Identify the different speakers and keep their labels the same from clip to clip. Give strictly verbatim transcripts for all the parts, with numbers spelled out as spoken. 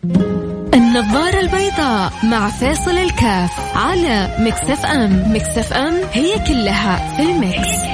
Speaker 1: النظارة البيضاء مع فاصل الكاف على ميكس اف ام. ميكس اف ام هي كلها في الميكس.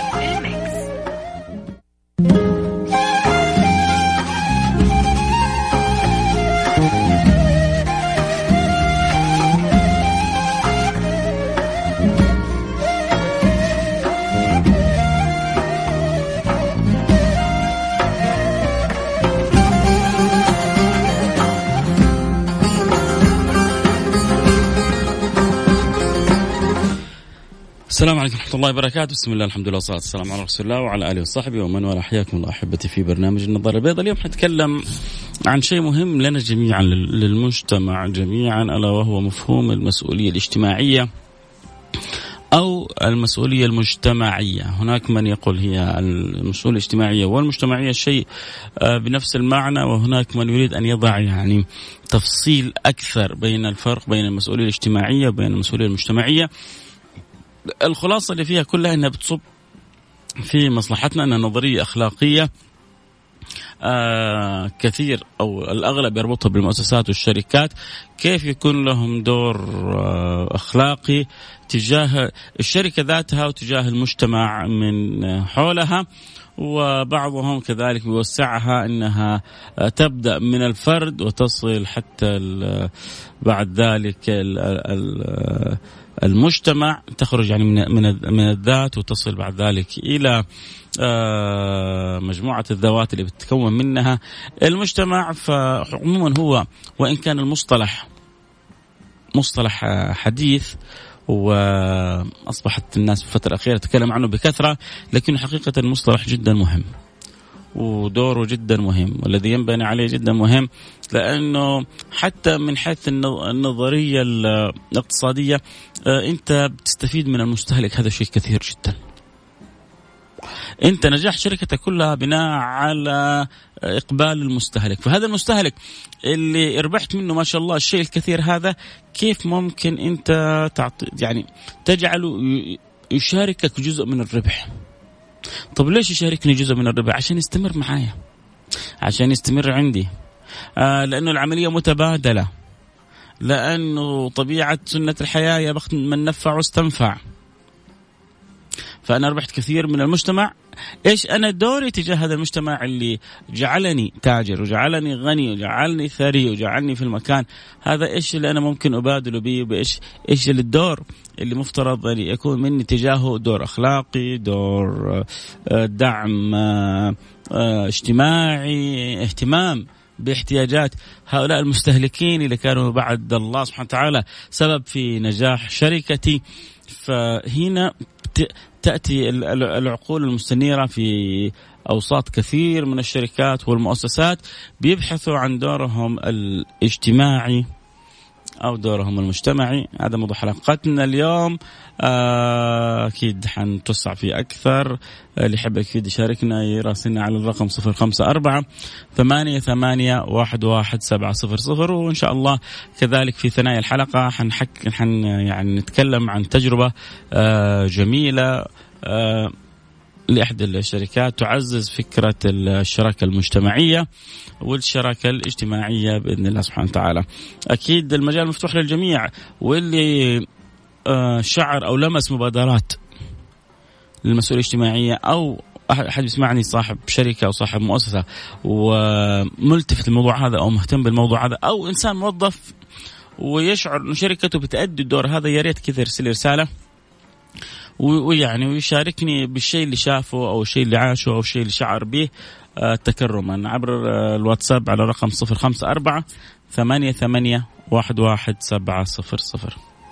Speaker 2: السلام عليكم ورحمة الله وبركاته. بسم الله الحمد لله والصلاة والسلام على رسول الله وعلى آله وصحبه ومن والاه. حياكم الله أحبتي في برنامج النظارة البيضاء. اليوم حنتكلم عن شيء مهم لنا جميعا، للمجتمع جميعا، ألا وهو مفهوم المسؤولية الاجتماعية أو المسؤولية المجتمعية. هناك من يقول هي المسؤولية الاجتماعية والمجتمعية شيء بنفس المعنى، وهناك من يريد أن يضع يعني تفصيل أكثر بين الفرق بين المسؤولية الاجتماعية وبين المسؤولية المجتمعية. الخلاصة اللي فيها كلها أنها بتصب في مصلحتنا، أنها نظرية أخلاقية آه كثير أو الأغلب يربطها بالمؤسسات والشركات، كيف يكون لهم دور آه أخلاقي تجاه الشركة ذاتها وتجاه المجتمع من حولها، وبعضهم كذلك بيوسعها أنها تبدأ من الفرد وتصل حتى بعد ذلك المجتمع، تخرج يعني من من الذات وتصل بعد ذلك إلى مجموعة الذوات اللي بتتكون منها المجتمع. فعموما هو وإن كان المصطلح مصطلح حديث وأصبحت الناس في الفترة الأخيرة تتكلم عنه بكثرة، لكن حقيقة المصطلح جدا مهم ودوره جدا مهم والذي ينبني عليه جدا مهم، لأنه حتى من حيث النظرية الاقتصادية أنت بتستفيد من المستهلك، هذا شيء كثير جدا. أنت نجاح شركتك كلها بناء على إقبال المستهلك، فهذا المستهلك اللي ربحت منه ما شاء الله الشيء الكثير هذا، كيف ممكن أنت تعطي يعني تجعله يشاركك جزء من الربح؟ طب ليش يشاركني جزء من الربح؟ عشان يستمر معايا، عشان يستمر عندي، آه لأنه العملية متبادلة، لأنه طبيعة سنة الحياة يا بخت من نفع واستنفع. فأنا ربحت كثير من المجتمع، إيش أنا دوري تجاه هذا المجتمع اللي جعلني تاجر وجعلني غني وجعلني ثري وجعلني في المكان هذا؟ إيش اللي أنا ممكن أبادله به؟ بإيش إيش اللي الدور اللي مفترض أن يكون مني تجاهه؟ دور أخلاقي، دور دعم اجتماعي، اهتمام باحتياجات هؤلاء المستهلكين اللي كانوا بعد الله سبحانه وتعالى سبب في نجاح شركتي. فهنا تأتي العقول المستنيرة في أوساط كثير من الشركات والمؤسسات بيبحثوا عن دورهم الاجتماعي أو دورهم المجتمعي. هذا موضوع حلقتنا اليوم، أكيد حنتوسع فيه أكثر. اللي يحب أكيد يشاركنا يراسلنا على الرقم صفر خمسة أربعة ثمانية ثمانية واحد واحد سبعة صفر صفر. وإن شاء الله كذلك في ثنايا الحلقة حنحك حن يعني نتكلم عن تجربة جميلة لإحدى الشركات تعزز فكرة الشراكة المجتمعية والشراكة الاجتماعية بإذن الله سبحانه وتعالى. أكيد المجال مفتوح للجميع، واللي شعر أو لمس مبادرات للمسؤولية الاجتماعية أو أحد يسمعني صاحب شركة أو صاحب مؤسسة وملتفت الموضوع هذا أو مهتم بالموضوع هذا، أو إنسان موظف ويشعر أن شركته بتأدي الدور هذا، يا ريت كذا يرسل رسالة ويعني ويشاركني بالشيء اللي شافه أو الشيء اللي عاشه أو الشيء اللي شعر به تكرما عبر الواتساب على رقم صفر خمسة أربعة ثمانية ثمانية واحد واحد سبعة صفر صفر.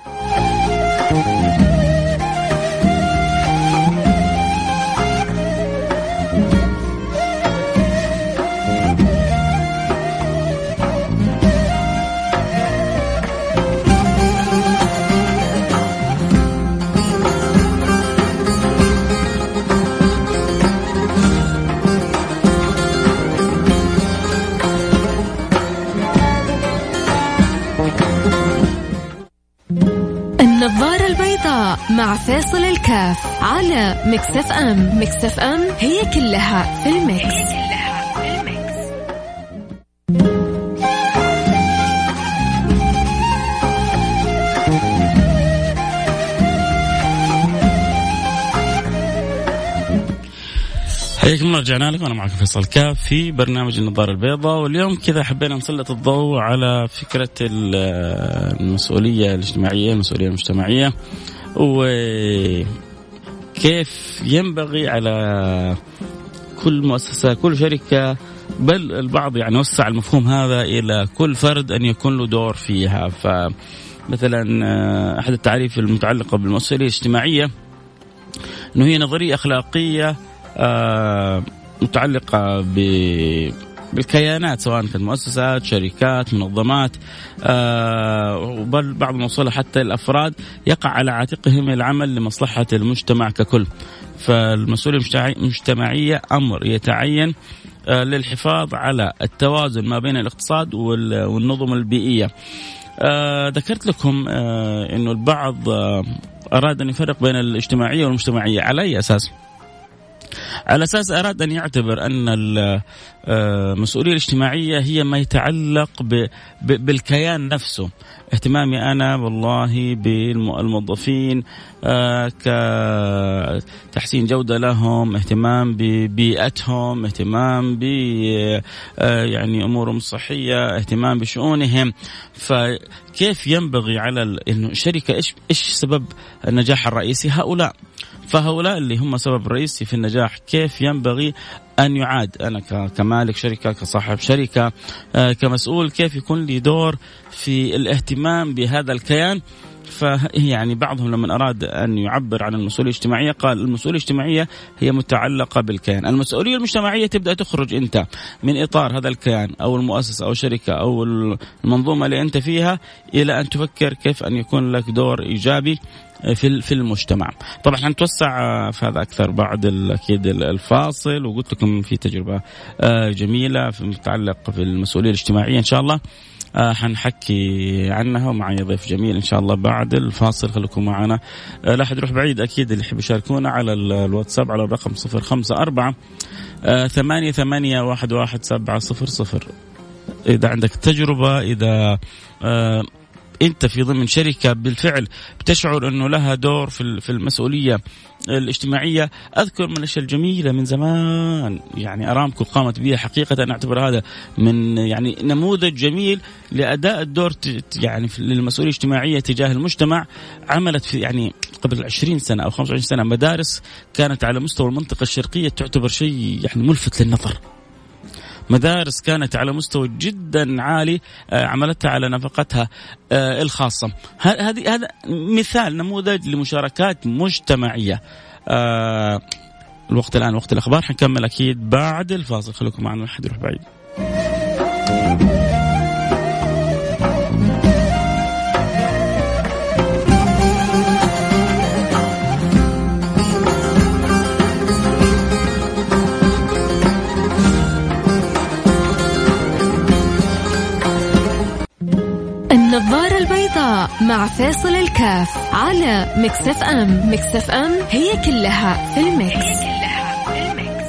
Speaker 1: النظارة البيضاء مع فاصل الكاف على ميكس اف ام. ميكس اف ام هي كلها في الميكس.
Speaker 2: الله، رجعنا لكم. أنا معكم فيصل كاف في برنامج النظارة البيضاء، واليوم كذا حبينا نسلط الضوء على فكرة المسؤولية الاجتماعية، المسؤولية المجتمعية، وكيف ينبغي على كل مؤسسة، كل شركة، بل البعض يعني وسع المفهوم هذا إلى كل فرد أن يكون له دور فيها. فمثلا أحد التعريف المتعلقة بالمسؤولية الاجتماعية أنه هي نظرية أخلاقية متعلقة بالكيانات، سواء كانت مؤسسات، شركات، منظمات، بل بعض الموصلة حتى الأفراد، يقع على عاتقهم العمل لمصلحة المجتمع ككل. فالمسؤولية المجتمعية أمر يتعين للحفاظ على التوازن ما بين الاقتصاد والنظم البيئية. ذكرت لكم أنه البعض أراد أن يفرق بين الاجتماعية والمجتمعية. على أي أساس؟ على أساس أراد أن يعتبر أن المسؤولية الاجتماعية هي ما يتعلق بالكيان نفسه، اهتمامي أنا والله بالموظفين كتحسين جودة لهم، اهتمام ببيئتهم، اهتمام ب يعني أمورهم الصحية، اهتمام بشؤونهم. فكيف ينبغي على إنه الشركة إيش إيش سبب النجاح الرئيسي؟ هؤلاء فهؤلاء اللي هم سبب رئيسي في النجاح، كيف ينبغي أن يعاد أنا كمالك شركة، كصاحب شركة، كمسؤول، كيف يكون لي دور في الاهتمام بهذا الكيان. فيعني بعضهم لما أراد أن يعبر عن المسؤولية الاجتماعية قال المسؤولية الاجتماعية هي متعلقة بالكيان. المسؤولية المجتمعية تبدأ تخرج أنت من إطار هذا الكيان أو المؤسسة أو الشركة أو المنظومة اللي أنت فيها، إلى أن تفكر كيف أن يكون لك دور إيجابي في في المجتمع. طبعا حنتوسع في هذا أكثر بعد أكيد الفاصل، وقلت لكم في تجربة جميلة متعلقة في المسؤولية الاجتماعية إن شاء الله حنحكي عنها، ومعي ضيف جميل إن شاء الله بعد الفاصل. خليكم معنا، لا أحد يروح بعيد. أكيد اللي يحب يشاركونا على الواتساب على الرقم صفر خمسة أربعة ثمانية ثمانية واحد واحد سبعة صفر صفر. إذا عندك تجربة، إذا أنت في ضمن شركة بالفعل بتشعر أنه لها دور في المسؤولية الاجتماعية. أذكر من الأشياء الجميلة من زمان يعني أرامكو قامت بها، حقيقة أنا أعتبر هذا من يعني نموذج جميل لأداء الدور يعني للمسؤولية الاجتماعية تجاه المجتمع. عملت في يعني قبل عشرين سنة أو خمسة وعشرين سنة مدارس كانت على مستوى المنطقة الشرقية تعتبر شيء يعني ملفت للنظر، مدارس كانت على مستوى جدا عالي، عملتها على نفقتها الخاصة. هذه هذا مثال نموذج لمشاركات مجتمعية. الوقت الآن وقت الأخبار، حنكمل أكيد بعد الفاصل. خليكم معنا، لا أحد يروح بعيد.
Speaker 1: النظارة البيضاء مع فيصل الكاف على مكسف أم. مكسف أم هي كلها في المكس. هي كلها في المكس.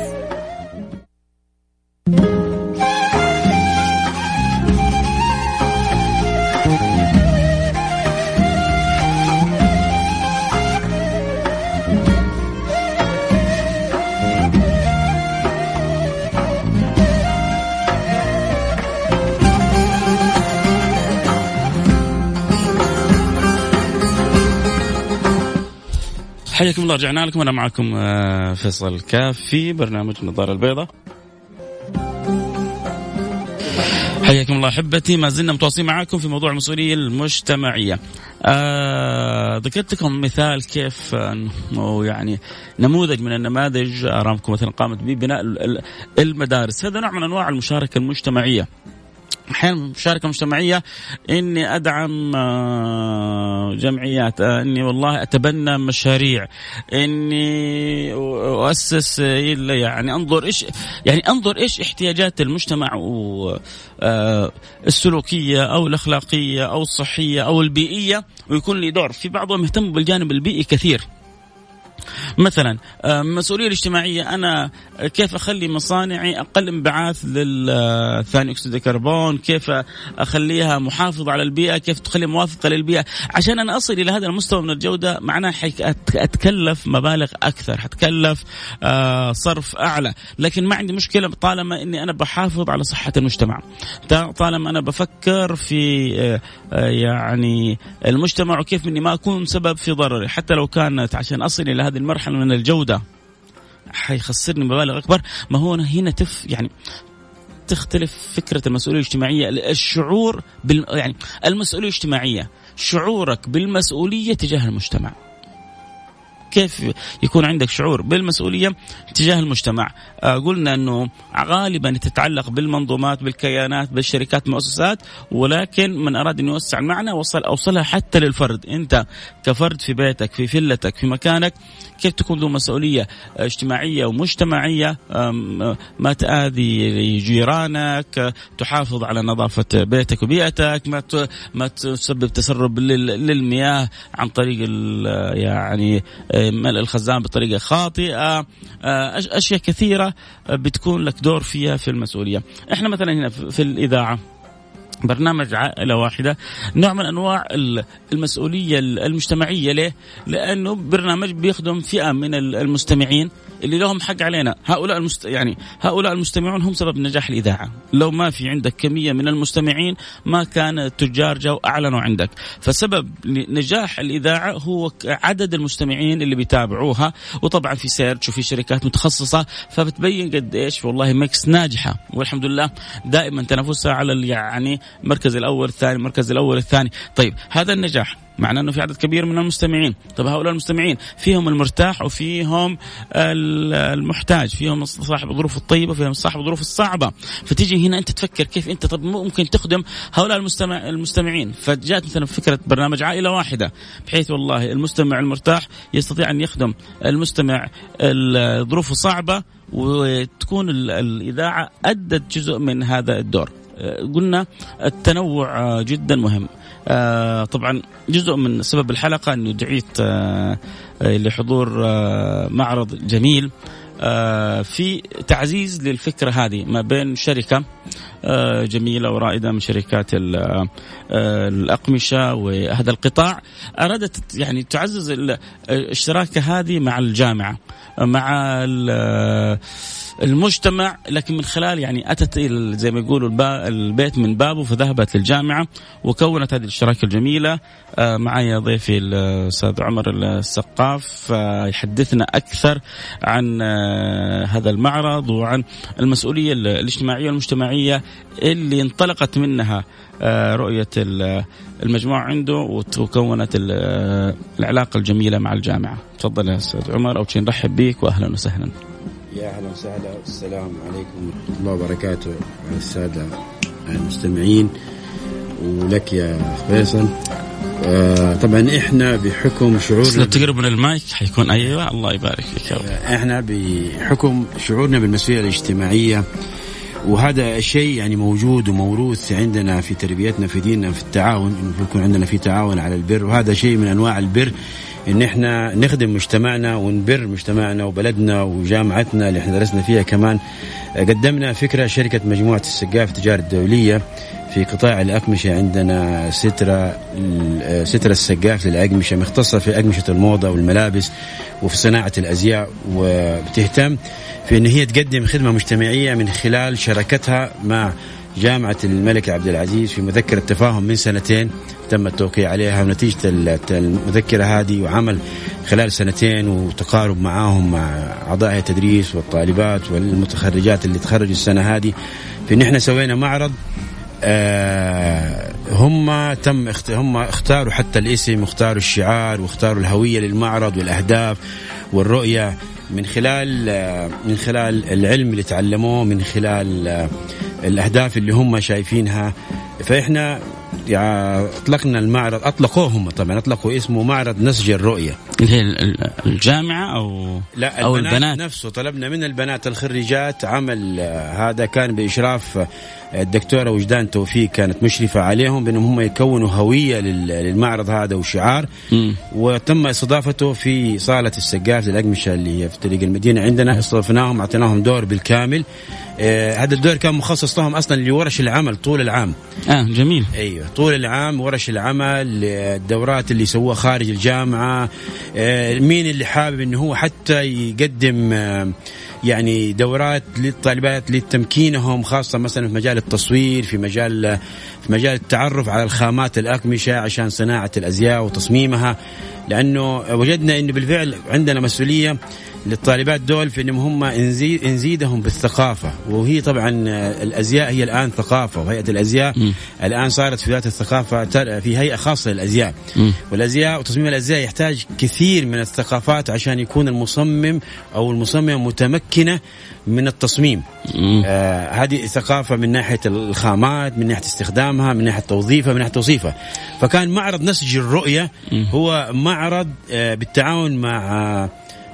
Speaker 2: حياكم الله، رجعنا لكم. أنا معكم فيصل كاف في برنامج النظارة البيضاء. حياكم الله أحبتي، ما زلنا متواصلين معكم في موضوع المسؤولية المجتمعية. آه ذكرت لكم مثال كيف أنه يعني نموذج من النماذج أرامكو مثلا قامت ببناء المدارس. هذا نوع من أنواع المشاركة المجتمعية. أحيانا مشاركة مجتمعية إني أدعم جمعيات، إني والله أتبنى مشاريع، إني أؤسس يعني أنظر إيش يعني أنظر إيش احتياجات المجتمع السلوكية أو الأخلاقية أو الصحية أو البيئية، ويكون لي دور. في بعضهم يهتم بالجانب البيئي كثير، مثلا المسؤولية الاجتماعية، أنا كيف أخلي مصانعي أقل انبعاث للثاني أكسيد الكربون، كيف أخليها محافظة على البيئة، كيف تخليها موافقة للبيئة. عشان أنا أصل إلى هذا المستوى من الجودة معناه أتكلف مبالغ أكثر، حتكلف صرف أعلى، لكن ما عندي مشكلة طالما أني أنا بحافظ على صحة المجتمع، طالما أنا بفكر في يعني المجتمع وكيف أني ما أكون سبب في ضرره، حتى لو كانت عشان أصل إلى هذه المرحلة من الجودة حيخسرني مبالغ أكبر. ما هو هنا تف يعني تختلف فكرة المسؤولية الاجتماعية. الشعور بال يعني المسؤولية الاجتماعية شعورك بالمسؤولية تجاه المجتمع. كيف يكون عندك شعور بالمسؤولية تجاه المجتمع؟ آه قلنا أنه غالبا تتعلق بالمنظومات، بالكيانات، بالشركات، بالمؤسسات، ولكن من أراد أن يوسع المعنى وصل أوصلها حتى للفرد. أنت كفرد في بيتك، في فلتك، في مكانك، كيف تكون ذو مسؤولية اجتماعية ومجتمعية، ما تآذي جيرانك، تحافظ على نظافة بيتك وبيئتك، ما ما تسبب تسرب للمياه عن طريق يعني ملء الخزان بطريقة خاطئة. أشياء كثيرة بتكون لك دور فيها في المسؤولية. إحنا مثلا هنا في الإذاعة برنامج عائلة واحدة، نوع من أنواع المسؤولية المجتمعية. ليه؟ لأنه برنامج بيخدم فئة من المستمعين اللي لهم حق علينا. هؤلاء المست... يعني هؤلاء المستمعون هم سبب نجاح الإذاعة. لو ما في عندك كمية من المستمعين ما كان التجار جو أعلنوا عندك. فسبب نجاح الإذاعة هو عدد المستمعين اللي بيتابعوها، وطبعا في سيرش وفي شركات متخصصة فبتبين قد إيش والله ميكس ناجحة، والحمد لله دائما تنافسها على يعني المركز الأول الثاني، المركز الأول الثاني. طيب هذا النجاح معناه أنه في عدد كبير من المستمعين. طب هؤلاء المستمعين فيهم المرتاح وفيهم المحتاج، فيهم صاحب الظروف الطيبة، فيهم صاحب الظروف الصعبة. فتيجي هنا أنت تفكر كيف أنت طب ممكن تخدم هؤلاء المستمع المستمعين. فجاءت مثلا فكرة برنامج عائلة واحدة، بحيث والله المستمع المرتاح يستطيع أن يخدم المستمع الظروف الصعبة، وتكون الإذاعة أدت جزء من هذا الدور. قلنا التنوع جدا مهم. آه طبعا جزء من سبب الحلقة أنه دعيت آه لحضور آه معرض جميل آه في تعزيز للفكرة هذه ما بين شركة آه جميلة ورائدة من شركات آه الأقمشة وهذا القطاع، أرادت يعني تعزز الاشتراكة هذه مع الجامعة، مع المجتمع، لكن من خلال يعني أتت زي ما يقولوا البيت من بابه، فذهبت للجامعة وكونت هذه الشراكة الجميلة. معي ضيفي الأستاذ عمر السقاف يحدثنا أكثر عن هذا المعرض وعن المسؤولية الاجتماعية والمجتمعية اللي انطلقت منها رؤية المجموعة عنده وكونت العلاقة الجميلة مع الجامعة. تفضل يا أستاذ عمر، أو شيء نرحب بك وأهلا وسهلا.
Speaker 3: يا أهلا وسهلا، السلام عليكم ورحمة الله وبركاته السادة المستمعين، ولك يا فيصل. آه طبعا إحنا بحكم شعورنا،
Speaker 2: تقرب من المايك حيكون أيوة، الله يبارك فيك.
Speaker 3: آه إحنا بحكم شعورنا بالمسؤولية الاجتماعية، وهذا الشيء يعني موجود وموروث عندنا في تربيتنا في ديننا، في التعاون، إنه يكون عندنا في تعاون على البر، وهذا شيء من أنواع البر، إن إحنا نخدم مجتمعنا ونبر مجتمعنا وبلدنا وجامعتنا اللي إحنا درسنا فيها. كمان قدمنا فكرة شركة مجموعة السقاف التجارة الدولية في قطاع الأقمشة. عندنا سترة سترة السقاف للأقمشة، مختصة في أقمشة الموضة والملابس وفي صناعة الأزياء، وبتهتم في إن هي تقدم خدمة مجتمعية من خلال شراكتها مع جامعة الملك عبد العزيز في مذكرة تفاهم من سنتين تم التوقيع عليها. ونتيجة المذكرة هذه وعمل خلال سنتين وتقارب معاهم مع أعضاء التدريس والطالبات والمتخرجات اللي تخرجوا السنة هذه، في إن إحنا سوينا معرض. آه هم تم اخت... هم اختاروا حتى الاسم، واختاروا الشعار، واختاروا الهوية للمعرض والأهداف والرؤية من خلال من خلال العلم اللي تعلموه، من خلال الأهداف اللي هم شايفينها. فإحنا أطلقنا المعرض، أطلقوه هم طبعا، أطلقوا اسمه معرض نسج الرؤية.
Speaker 2: اللي هي الجامعة أو
Speaker 3: لا
Speaker 2: أو
Speaker 3: البنات,
Speaker 2: البنات
Speaker 3: نفسه. طلبنا من البنات الخريجات عمل هذا، كان بإشراف الدكتورة وجدان توفيق، كانت مشرفة عليهم بأنهم هم يكونوا هوية للمعرض هذا وشعار. م. وتم استضافته في صالة السقاف للأقمشة اللي هي في طريق المدينة عندنا. استضفناهم، أعطيناهم دور بالكامل. آه هذا الدور كان مخصص لهم أصلا لورش العمل طول العام.
Speaker 2: آه جميل.
Speaker 3: أيوة طول العام ورش العمل، الدورات اللي يسووها خارج الجامعة. آه مين اللي حابب إنه هو حتى يقدم آه يعني دورات للطالبات لتمكينهم، خاصة مثلا في مجال التصوير، في مجال في مجال التعرف على الخامات الأقمشة عشان صناعة الأزياء وتصميمها. لأنه وجدنا إنه بالفعل عندنا مسؤولية للطالبات دول في إنهم هم نزيد نزيدهم بالثقافة. وهي طبعا الأزياء هي الآن ثقافة، وهيئة الأزياء م. الآن صارت في ذات الثقافة، في هيئة خاصة للأزياء. م. والأزياء وتصميم الأزياء يحتاج كثير من الثقافات عشان يكون المصمم أو المصمم متمكنة من التصميم. آه هذه ثقافة من ناحية الخامات، من ناحية استخدامها، من ناحية توظيفها، من ناحية توصيفها. فكان معرض نسج الرؤية م. هو معرض آه بالتعاون مع آه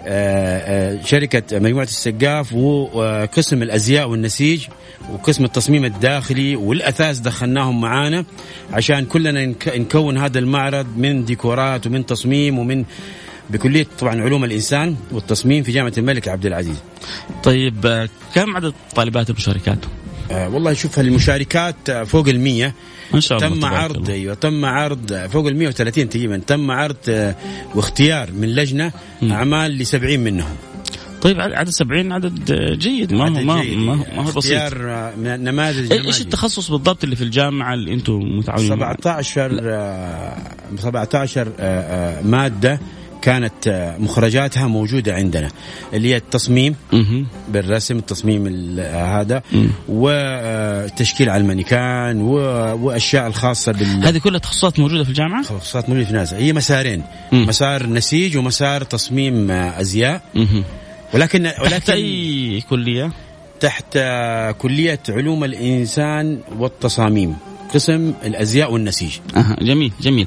Speaker 3: شركة مجموعة السقاف وقسم الأزياء والنسيج وقسم التصميم الداخلي والأثاث، دخلناهم معانا عشان كلنا نكون هذا المعرض من ديكورات ومن تصميم ومن بكلية طبعا علوم الإنسان والتصميم في جامعة الملك عبد العزيز.
Speaker 2: طيب كم عدد طالبات المشاركات؟
Speaker 3: آه والله شوف المشاركات فوق المية
Speaker 2: ما شاء الله.
Speaker 3: تم عرض ايوه تم عرض فوق المية وثلاثين تقريبا، تم عرض آه واختيار من لجنة م. أعمال لسبعين منهم.
Speaker 2: طيب عدد سبعين عدد جيد، ما هو ما ما هو بسيط.
Speaker 3: اختيار من نماذج.
Speaker 2: ايش التخصص بالضبط اللي في الجامعة اللي انتم متعاونين؟
Speaker 3: سبعة عشر سبعة عشر مادة كانت مخرجاتها موجودة عندنا، اللي هي التصميم م- بالرسم، التصميم هذا م- وتشكيل على المانيكان وأشياء الخاصة بال.
Speaker 2: هذه كلها تخصصات موجودة في الجامعة؟
Speaker 3: تخصصات موجودة في ناسا، هي مسارين م- مسار نسيج ومسار تصميم أزياء. م- ولكن ولكن
Speaker 2: تحت أي كلية؟
Speaker 3: تحت كلية علوم الإنسان والتصاميم، قسم الأزياء والنسيج.
Speaker 2: أها جميل جميل.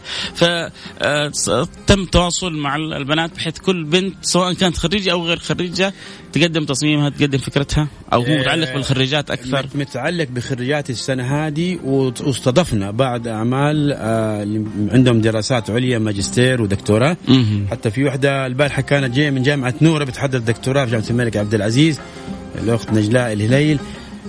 Speaker 2: فتم تواصل مع البنات بحيث كل بنت سواء كانت خريجة أو غير خريجة تقدم تصميمها، تقدم فكرتها، أو هو متعلق بالخريجات أكثر؟
Speaker 3: متعلق بخريجات السنة هذه، واستضفنا بعض أعمال عندهم دراسات عليا ماجستير ودكتوراه. حتى في وحدة البارحة كانت جاية من جامعة نورة بتحضر دكتوراه في جامعة الملك عبد العزيز، الأخت نجلاء الهليل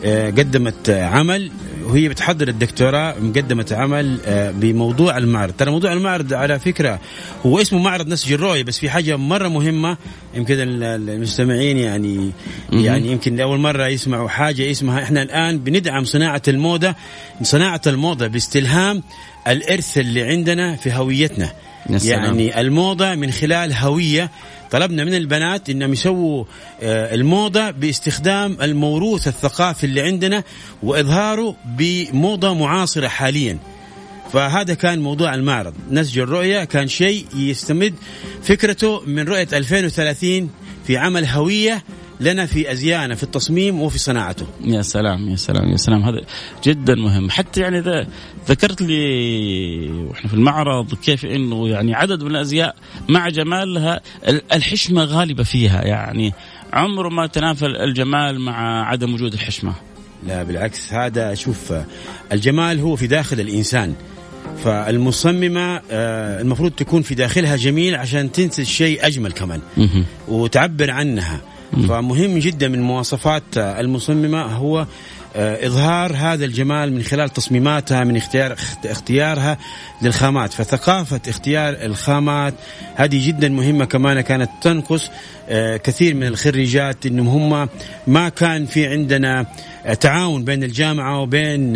Speaker 3: قدمت عمل وهي بتحضر الدكتوراه، مقدمة عمل بموضوع المعرض. ترى موضوع المعرض على فكرة هو اسمه معرض نسج الرؤية، بس في حاجة مرة مهمة يمكن المستمعين يعني يعني يمكن لأول مرة يسمعوا حاجة اسمها، احنا الآن بندعم صناعة الموضة، صناعة الموضة باستلهام الإرث اللي عندنا في هويتنا. يعني الموضة من خلال هوية. طلبنا من البنات إنهم يسووا الموضة باستخدام الموروث الثقافي اللي عندنا وإظهاره بموضة معاصرة حاليا. فهذا كان موضوع المعرض نسج الرؤية، كان شيء يستمد فكرته من رؤية ألفين وثلاثين في عمل هوية لنا في أزياءنا في التصميم وفي صناعته.
Speaker 2: يا سلام يا سلام يا سلام، هذا جدا مهم. حتى يعني ذا ذكرت لي واحنا في المعرض كيف انه يعني عدد من الازياء مع جمالها الحشمة غالبة فيها، يعني عمره ما تنافى الجمال مع عدم وجود الحشمة.
Speaker 3: لا بالعكس، هذا شوف الجمال هو في داخل الإنسان، فالمصممة المفروض تكون في داخلها جميل عشان تنتج شيء أجمل كمان وتعبر عنها. فمهم جدا من مواصفات المصممة هو إظهار هذا الجمال من خلال تصميماتها، من اختيار اختيارها للخامات. فثقافة اختيار الخامات هذه جدا مهمة. كمان كانت تنقص كثير من الخريجات إنهم هم ما كان في عندنا تعاون بين الجامعة وبين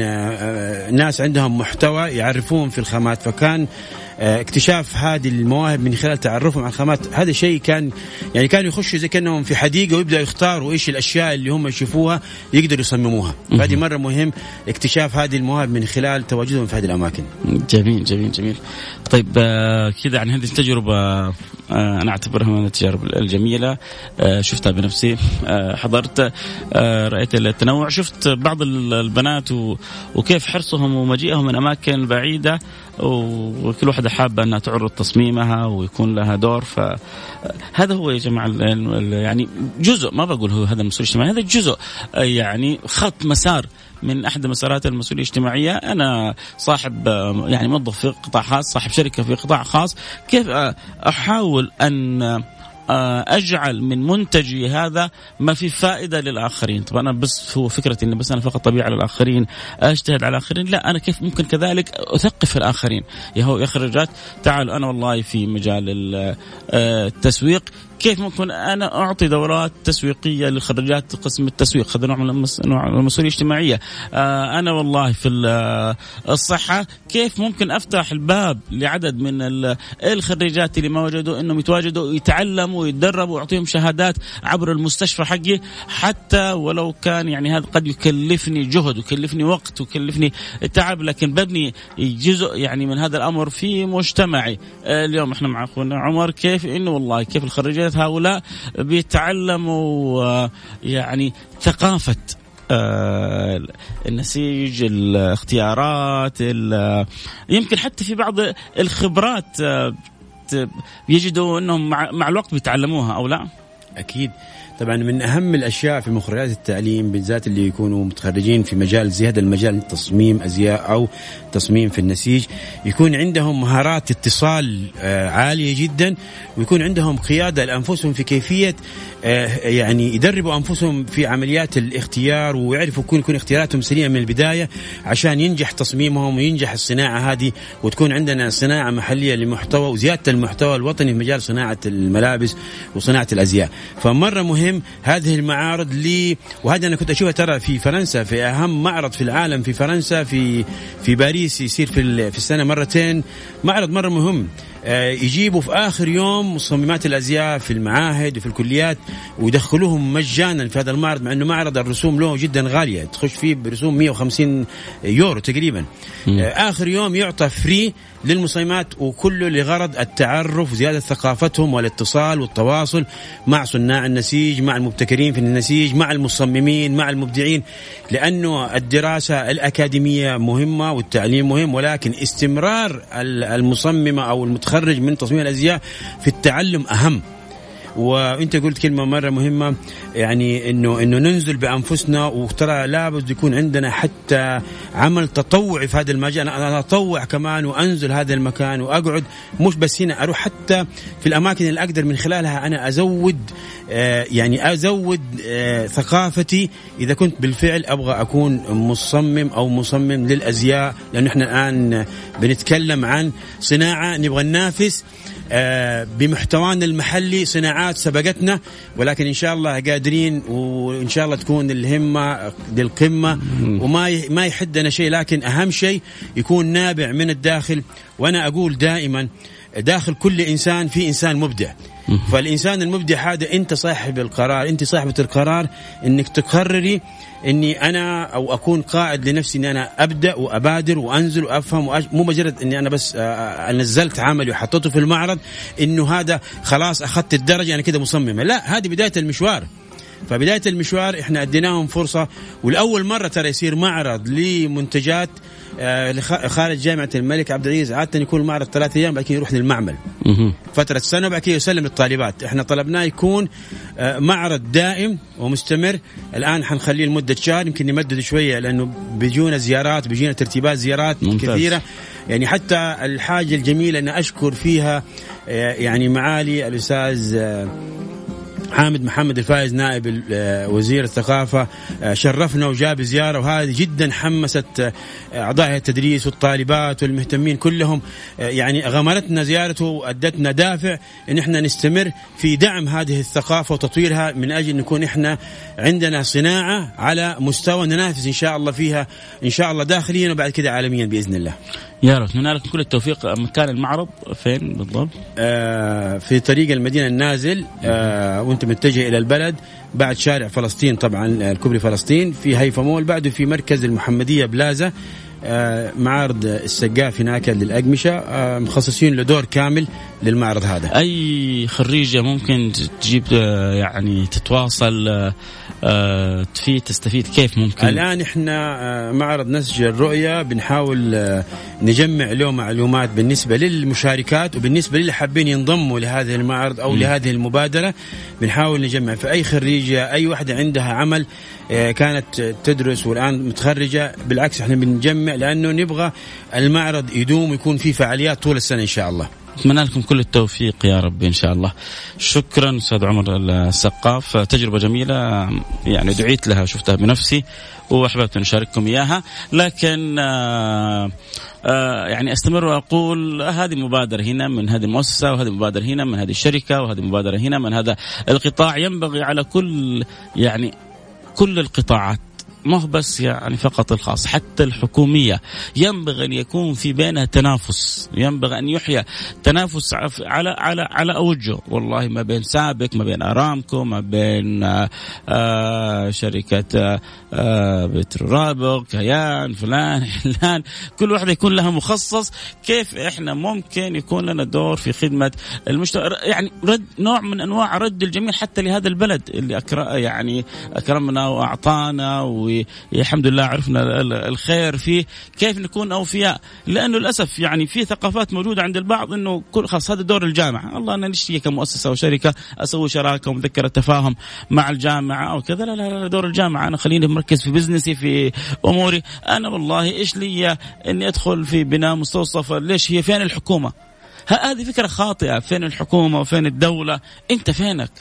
Speaker 3: ناس عندهم محتوى يعرفوهم في الخامات، فكان اكتشاف هذه المواهب من خلال تعرفهم على الخامات. هذا شيء كان يعني كانوا يخشوا زي كأنهم في حديقة ويبدأوا يختاروا إيش الأشياء اللي هم يشوفوها يقدروا يصمموها. فهذه مرة مهم اكتشاف هذه المواهب من خلال تواجدهم في هذه الأماكن.
Speaker 2: جميل جميل جميل. طيب آه كذا عن هذه التجربة آه أنا أعتبرها من التجارب الجميلة، آه شفتها بنفسي، آه حضرت، آه رأيت التنوع، شفت بعض البنات وكيف حرصهم ومجيئهم من أماكن بعيدة، وكل واحدة حابة أنها تعرض تصميمها ويكون لها دور. فهذا هو يا جماعة يعني جزء، ما بقول هو هذا المسؤولية الاجتماعية، هذا جزء يعني خط مسار من أحد مسارات المسؤولية الاجتماعية. أنا صاحب يعني موظف في قطاع خاص، صاحب شركة في قطاع خاص، كيف أحاول أن أجعل من منتجي هذا ما في فائدة للآخرين. طبعا أنا بس هو فكرة إن بس أنا فقط طبيعي على الآخرين، أجتهد على الآخرين، لا، أنا كيف ممكن كذلك أثقف الآخرين. يا هو يا خرجات تعالوا أنا والله في مجال التسويق، كيف ممكن أنا أعطي دورات تسويقية لخريجات قسم التسويق، هذا نوع من المسؤولية الاجتماعية. أنا والله في الصحة كيف ممكن أفتح الباب لعدد من الخريجات اللي ما وجدوا إنهم يتواجدوا يتعلموا ويتدربوا ويعطيهم شهادات عبر المستشفى حقي، حتى ولو كان يعني هذا قد يكلفني جهد ويكلفني وقت ويكلفني تعب، لكن ببني جزء يعني من هذا الأمر في مجتمعي. اليوم إحنا مع أخونا عمر كيف إنه والله كيف الخريجات هؤلاء بيتعلموا يعني ثقافة النسيج، الاختيارات، يمكن حتى في بعض الخبرات يجدوا أنهم مع الوقت بيتعلموها أو لا.
Speaker 3: أكيد طبعا من أهم الأشياء في مخرجات التعليم بالذات اللي يكونوا متخرجين في مجال زي هذا المجال، تصميم أزياء أو تصميم في النسيج، يكون عندهم مهارات اتصال عالية جدا، ويكون عندهم قيادة لأنفسهم في كيفية يعني يدربوا أنفسهم في عمليات الاختيار، ويعرفوا يكون يكون اختياراتهم سليمة من البداية عشان ينجح تصميمهم وينجح الصناعة هذه، وتكون عندنا صناعة محلية للمحتوى وزيادة المحتوى الوطني في مجال صناعة الملابس وصناعة الأزياء. فمرة مهم هذه المعارض لي، وهذا أنا كنت أشوفها ترى في فرنسا، في أهم معرض في العالم في فرنسا، في في باريس يصير في في السنة مرتين، معرض مرة مهم. يجيبوا في آخر يوم مصممات الأزياء في المعاهد وفي الكليات ويدخلوهم مجانا في هذا المعرض، مع أنه معرض الرسوم له جدا غالية، تخش فيه برسوم مئة وخمسين يورو تقريبا. م. آخر يوم يعطى فري للمصممات، وكله لغرض التعرف وزيادة ثقافتهم والاتصال والتواصل مع صناع النسيج، مع المبتكرين في النسيج، مع المصممين، مع المبدعين، لأنه الدراسة الأكاديمية مهمة والتعليم مهم، ولكن استمرار المصممة أو المتخرج من تصميم الأزياء في التعلم أهم. وانت قلت كلمة مرة مهمة، يعني انه انه ننزل بانفسنا، وترى لابد يكون عندنا حتى عمل تطوعي في هذا المجال. انا اتطوع كمان وانزل هذا المكان واقعد، مش بس هنا، اروح حتى في الاماكن اللي اقدر من خلالها انا ازود آه يعني ازود آه ثقافتي، اذا كنت بالفعل ابغى اكون مصمم او مصمم للازياء، لانه احنا الان بنتكلم عن صناعة نبغى ننافس آه بمحتوانا المحلي، صناعات سبقتنا، ولكن إن شاء الله قادرين، وإن شاء الله تكون الهمة للقمة وما ما يحدنا شيء، لكن أهم شيء يكون نابع من الداخل. وأنا أقول دائما داخل كل إنسان في إنسان مبدع، فالإنسان المبدع هذا أنت صاحب القرار، أنت صاحبة القرار إنك تقرري إني أنا أو أكون قائد لنفسي، إني أنا أبدأ وأبادر وأنزل وأفهم وأج... مو مجرد إني أنا بس نزلت عملي وحطيته في المعرض إنه هذا خلاص أخذت الدرجة أنا كده مصممة، لا، هذه بداية المشوار. فبداية المشوار إحنا أديناهم فرصة، والأول مرة ترى يصير معرض لمنتجات خارج جامعة الملك عبد العزيز. عادة يكون المعرض ثلاثة أيام، بعد كده يروح للمعمل فترة سنة، بعد كده يسلم للطالبات. إحنا طلبناه يكون معرض دائم ومستمر. الآن حنخليه لمدة شهر، يمكن نمدد شوية لأنه بيجونا زيارات، بيجينا ترتيبات زيارات ممتاز. كثيرة يعني. حتى الحاجة الجميلة أن أشكر فيها يعني معالي الأستاذ حامد محمد الفايز نائب وزير الثقافة، شرفنا وجاب زيارة، وهذه جدا حمست أعضاء التدريس والطالبات والمهتمين كلهم. يعني غمرتنا زيارته وأدتنا دافع إن إحنا نستمر في دعم هذه الثقافة وتطويرها، من أجل نكون إحنا عندنا صناعة على مستوى ننافس إن شاء الله فيها، إن شاء الله داخليا وبعد كده عالميا بإذن الله.
Speaker 2: يا رب. نتمنى لكم كل التوفيق. مكان المعرض فين بالضبط؟
Speaker 3: آه في طريق المدينة النازل، آه وانت وانت متجه الى البلد بعد شارع فلسطين، طبعا الكوبري فلسطين، في هيفا مول، بعده في مركز المحمديه بلازا، آه معارض السقاف هناك للأقمشة، آه مخصصين له دور كامل للمعرض هذا.
Speaker 2: أي خريجة ممكن تجيب آه يعني تتواصل آه في تستفيد كيف ممكن؟
Speaker 3: الآن إحنا آه معرض نسج الرؤية بنحاول آه نجمع له معلومات بالنسبة للمشاركات وبالنسبة للي حابين ينضموا لهذه المعرض أو م. لهذه المبادرة. بنحاول نجمع في أي خريجة، أي واحدة عندها عمل آه كانت تدرس والآن متخرجة، بالعكس إحنا بنجمع لأنه نبغى المعرض يدوم ويكون فيه فعاليات طول السنة إن شاء الله.
Speaker 2: أتمنى لكم كل التوفيق يا رب إن شاء الله. شكرا أستاذ عمر السقاف، تجربة جميلة يعني دعيت لها شفتها بنفسي وأحببت أن أشارككم إياها، لكن آآ آآ يعني أستمر وأقول هذه مبادرة هنا من هذه المؤسسة، وهذه مبادرة هنا من هذه الشركة، وهذه مبادرة هنا من هذا القطاع. ينبغي على كل يعني كل القطاعات، ما هو بس يعني فقط الخاص، حتى الحكومية ينبغي أن يكون في بينها تنافس، ينبغي أن يحيى تنافس على على على أوجه، والله ما بين سابق، ما بين أرامكو، ما بين آه شركة آه بترابق، كيان، فلان علان، كل واحدة يكون لها مخصص. كيف إحنا ممكن يكون لنا دور في خدمة المجتمع، يعني رد نوع من أنواع رد الجميل حتى لهذا البلد اللي أكرم يعني أكرمنا وأعطانا و الحمد لله عرفنا الخير فيه. كيف نكون أوفياء؟ لأنه للأسف يعني في ثقافات موجودة عند البعض إنه كل خاص هذا دور الجامعة، الله أنا نشتي كمؤسسة وشركة أسوي شراكة ومذكرة تفاهم مع الجامعة أو كذا، لا لا لا دور الجامعة أنا خليني مركز في بزنسي في أموري. أنا والله إيش لي إني أدخل في بناء مستوصف؟ ليش هي فين الحكومة؟ هذه فكرة خاطئة. فين الحكومة وفين الدولة؟ أنت فينك؟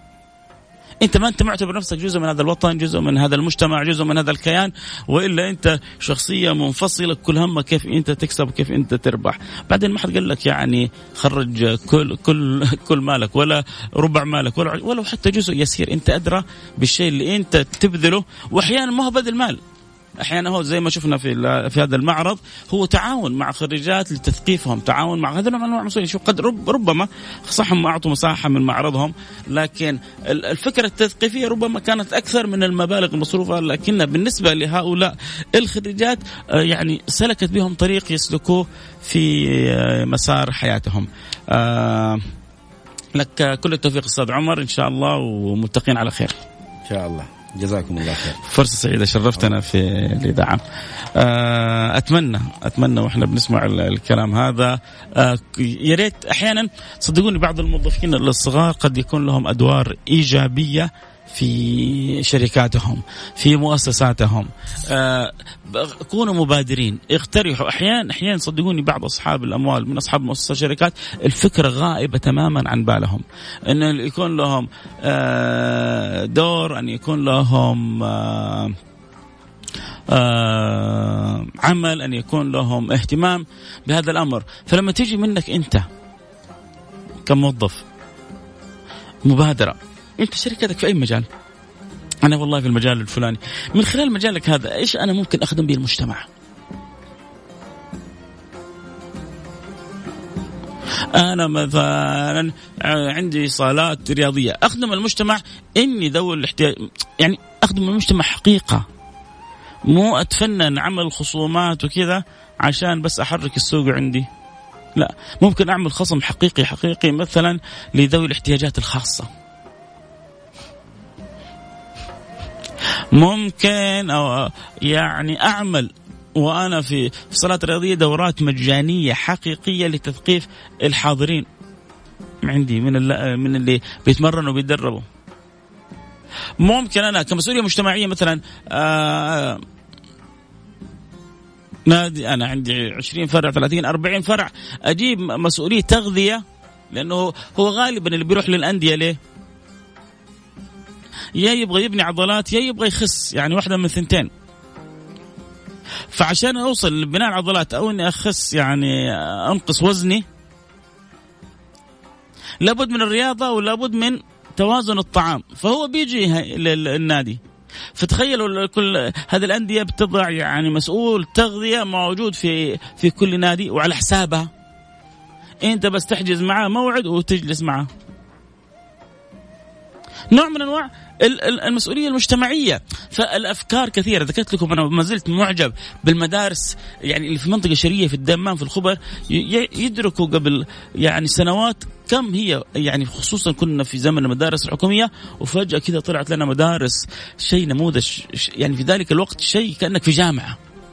Speaker 2: أنت ما أنت معتبر نفسك جزء من هذا الوطن، جزء من هذا المجتمع، جزء من هذا الكيان، وإلا أنت شخصية منفصلة كل همك كيف أنت تكسب كيف أنت تربح. بعدين ما حد قال لك يعني خرج كل كل كل مالك ولا ربع مالك ولا ولو حتى جزء يسير. أنت أدرى بالشيء اللي أنت تبذله، وأحيانا ما هو بدل مال، أحيانا هو زي ما شفنا في في هذا المعرض هو تعاون مع خريجات لتثقيفهم، تعاون مع هذول من المسؤولين. شو قد رب ربما صح ما أعطوا مساحة من معرضهم، لكن الفكرة التثقيفية ربما كانت أكثر من المبالغ المصروفة، لكنها بالنسبة لهؤلاء الخريجات يعني سلكت بهم طريق يسلكوه في مسار حياتهم. لك كل التوفيق أستاذ عمر إن شاء الله، ومتقين على خير
Speaker 3: إن شاء الله. جزاكم الله خير.
Speaker 2: فرصة سعيدة، شرفتنا في الإذاعة. أتمنى أتمنى وإحنا بنسمع الكلام هذا يا ريت أحيانا صدقوني بعض الموظفين الصغار قد يكون لهم أدوار إيجابية في شركاتهم في مؤسساتهم. كونوا مبادرين، اقترحوا. أحيانا أحيانا صدقوني بعض أصحاب الأموال من أصحاب مؤسسات الشركات الفكرة غائبة تماما عن بالهم، أن يكون لهم دور، أن يكون لهم عمل، أن يكون لهم اهتمام بهذا الأمر. فلما تيجي منك أنت كموظف مبادرة، أنت شركتك في أي مجال، أنا والله في المجال الفلاني، من خلال مجالك هذا إيش أنا ممكن أخدم به المجتمع؟ أنا مثلا عندي صالات رياضية، أخدم المجتمع، إني ذوي الاحتياج، يعني أخدم المجتمع حقيقة، مو أتفنن عمل خصومات وكذا عشان بس أحرك السوق عندي. لا، ممكن أعمل خصم حقيقي حقيقي مثلا لذوي الاحتياجات الخاصة. ممكن أو يعني أعمل وأنا في صالات رياضية دورات مجانية حقيقية لتثقيف الحاضرين عندي من اللي من اللي بيتمرنوا وبيتدربوا. ممكن أنا كمسؤولية مجتمعية مثلا آه نادي، أنا عندي عشرين فرع ثلاثين أربعين فرع، أجيب مسؤولية تغذية، لأنه هو غالبا اللي بيروح للأندية ليه؟ يا يبغى يبني عضلات يا يبغى يخس، يعني واحدة من ثنتين. فعشان أوصل لبناء العضلات أو إني أخس يعني أنقص وزني، لابد من الرياضة ولابد من توازن الطعام. فهو بيجي للنادي، فتخيلوا كل هذه الأندية بتضع يعني مسؤول تغذية موجود في في كل نادي وعلى حسابها. أنت بس تحجز معاه موعد وتجلس معاه. نوع من أنواع المسؤولية المجتمعية. فالأفكار كثيرة. ذكرت لكم أنا ما زلت معجب بالمدارس يعني اللي في منطقة شرقية في الدمام في الخبر، يدركوا قبل يعني سنوات كم هي يعني، خصوصا كنا في زمن المدارس الحكومية وفجأة كذا طلعت لنا مدارس شيء نموذج يعني في ذلك الوقت شيء كأنك في جامعة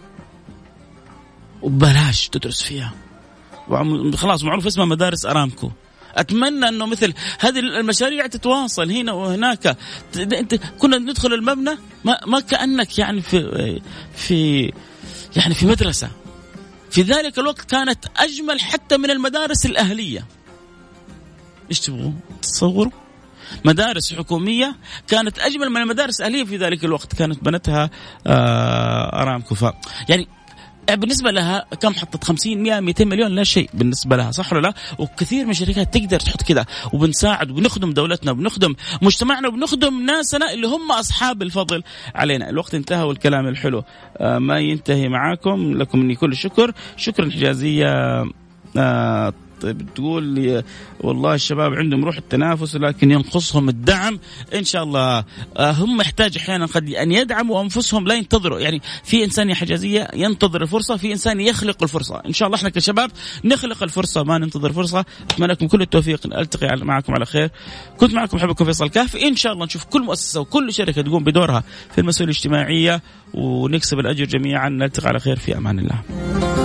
Speaker 2: وبلاش تدرس فيها، خلاص معروف اسمها مدارس أرامكو. أتمنى أنه مثل هذه المشاريع تتواصل هنا وهناك. كنا ندخل المبنى ما, ما كأنك يعني في في يعني في مدرسة. في ذلك الوقت كانت أجمل حتى من المدارس الأهلية. إيش تبغوا تصوروا؟ مدارس حكومية كانت أجمل من المدارس الأهلية في ذلك الوقت، كانت بنتها أرامكو. ف يعني بالنسبة لها كم حطت خمسين مئة مئتين مليون لا شيء بالنسبة لها، صح ولا لا؟ وكثير من الشركات تقدر تحط كذا، وبنساعد وبنخدم دولتنا وبنخدم مجتمعنا وبنخدم ناسنا اللي هم أصحاب الفضل علينا. الوقت انتهى والكلام الحلو آه ما ينتهي معاكم. لكم مني كل الشكر. شكرا حجازية. آه طيب تقول لي والله الشباب عندهم روح التنافس لكن ينقصهم الدعم. إن شاء الله هم محتاج أحيانا قد أن يدعموا أنفسهم لا ينتظروا. يعني في إنسان يا حجازية ينتظر الفرصة، في إنسان يخلق الفرصة. إن شاء الله إحنا كشباب نخلق الفرصة ما ننتظر فرصة. أتمنى لكم كل التوفيق. ألتقي معكم على خير. كنت معكم حبكم فيصل كاف. إن شاء الله نشوف كل مؤسسة وكل شركة تقوم بدورها في المسؤولية الاجتماعية ونكسب الأجر جميعا. نلتقي على خير في أمان الله.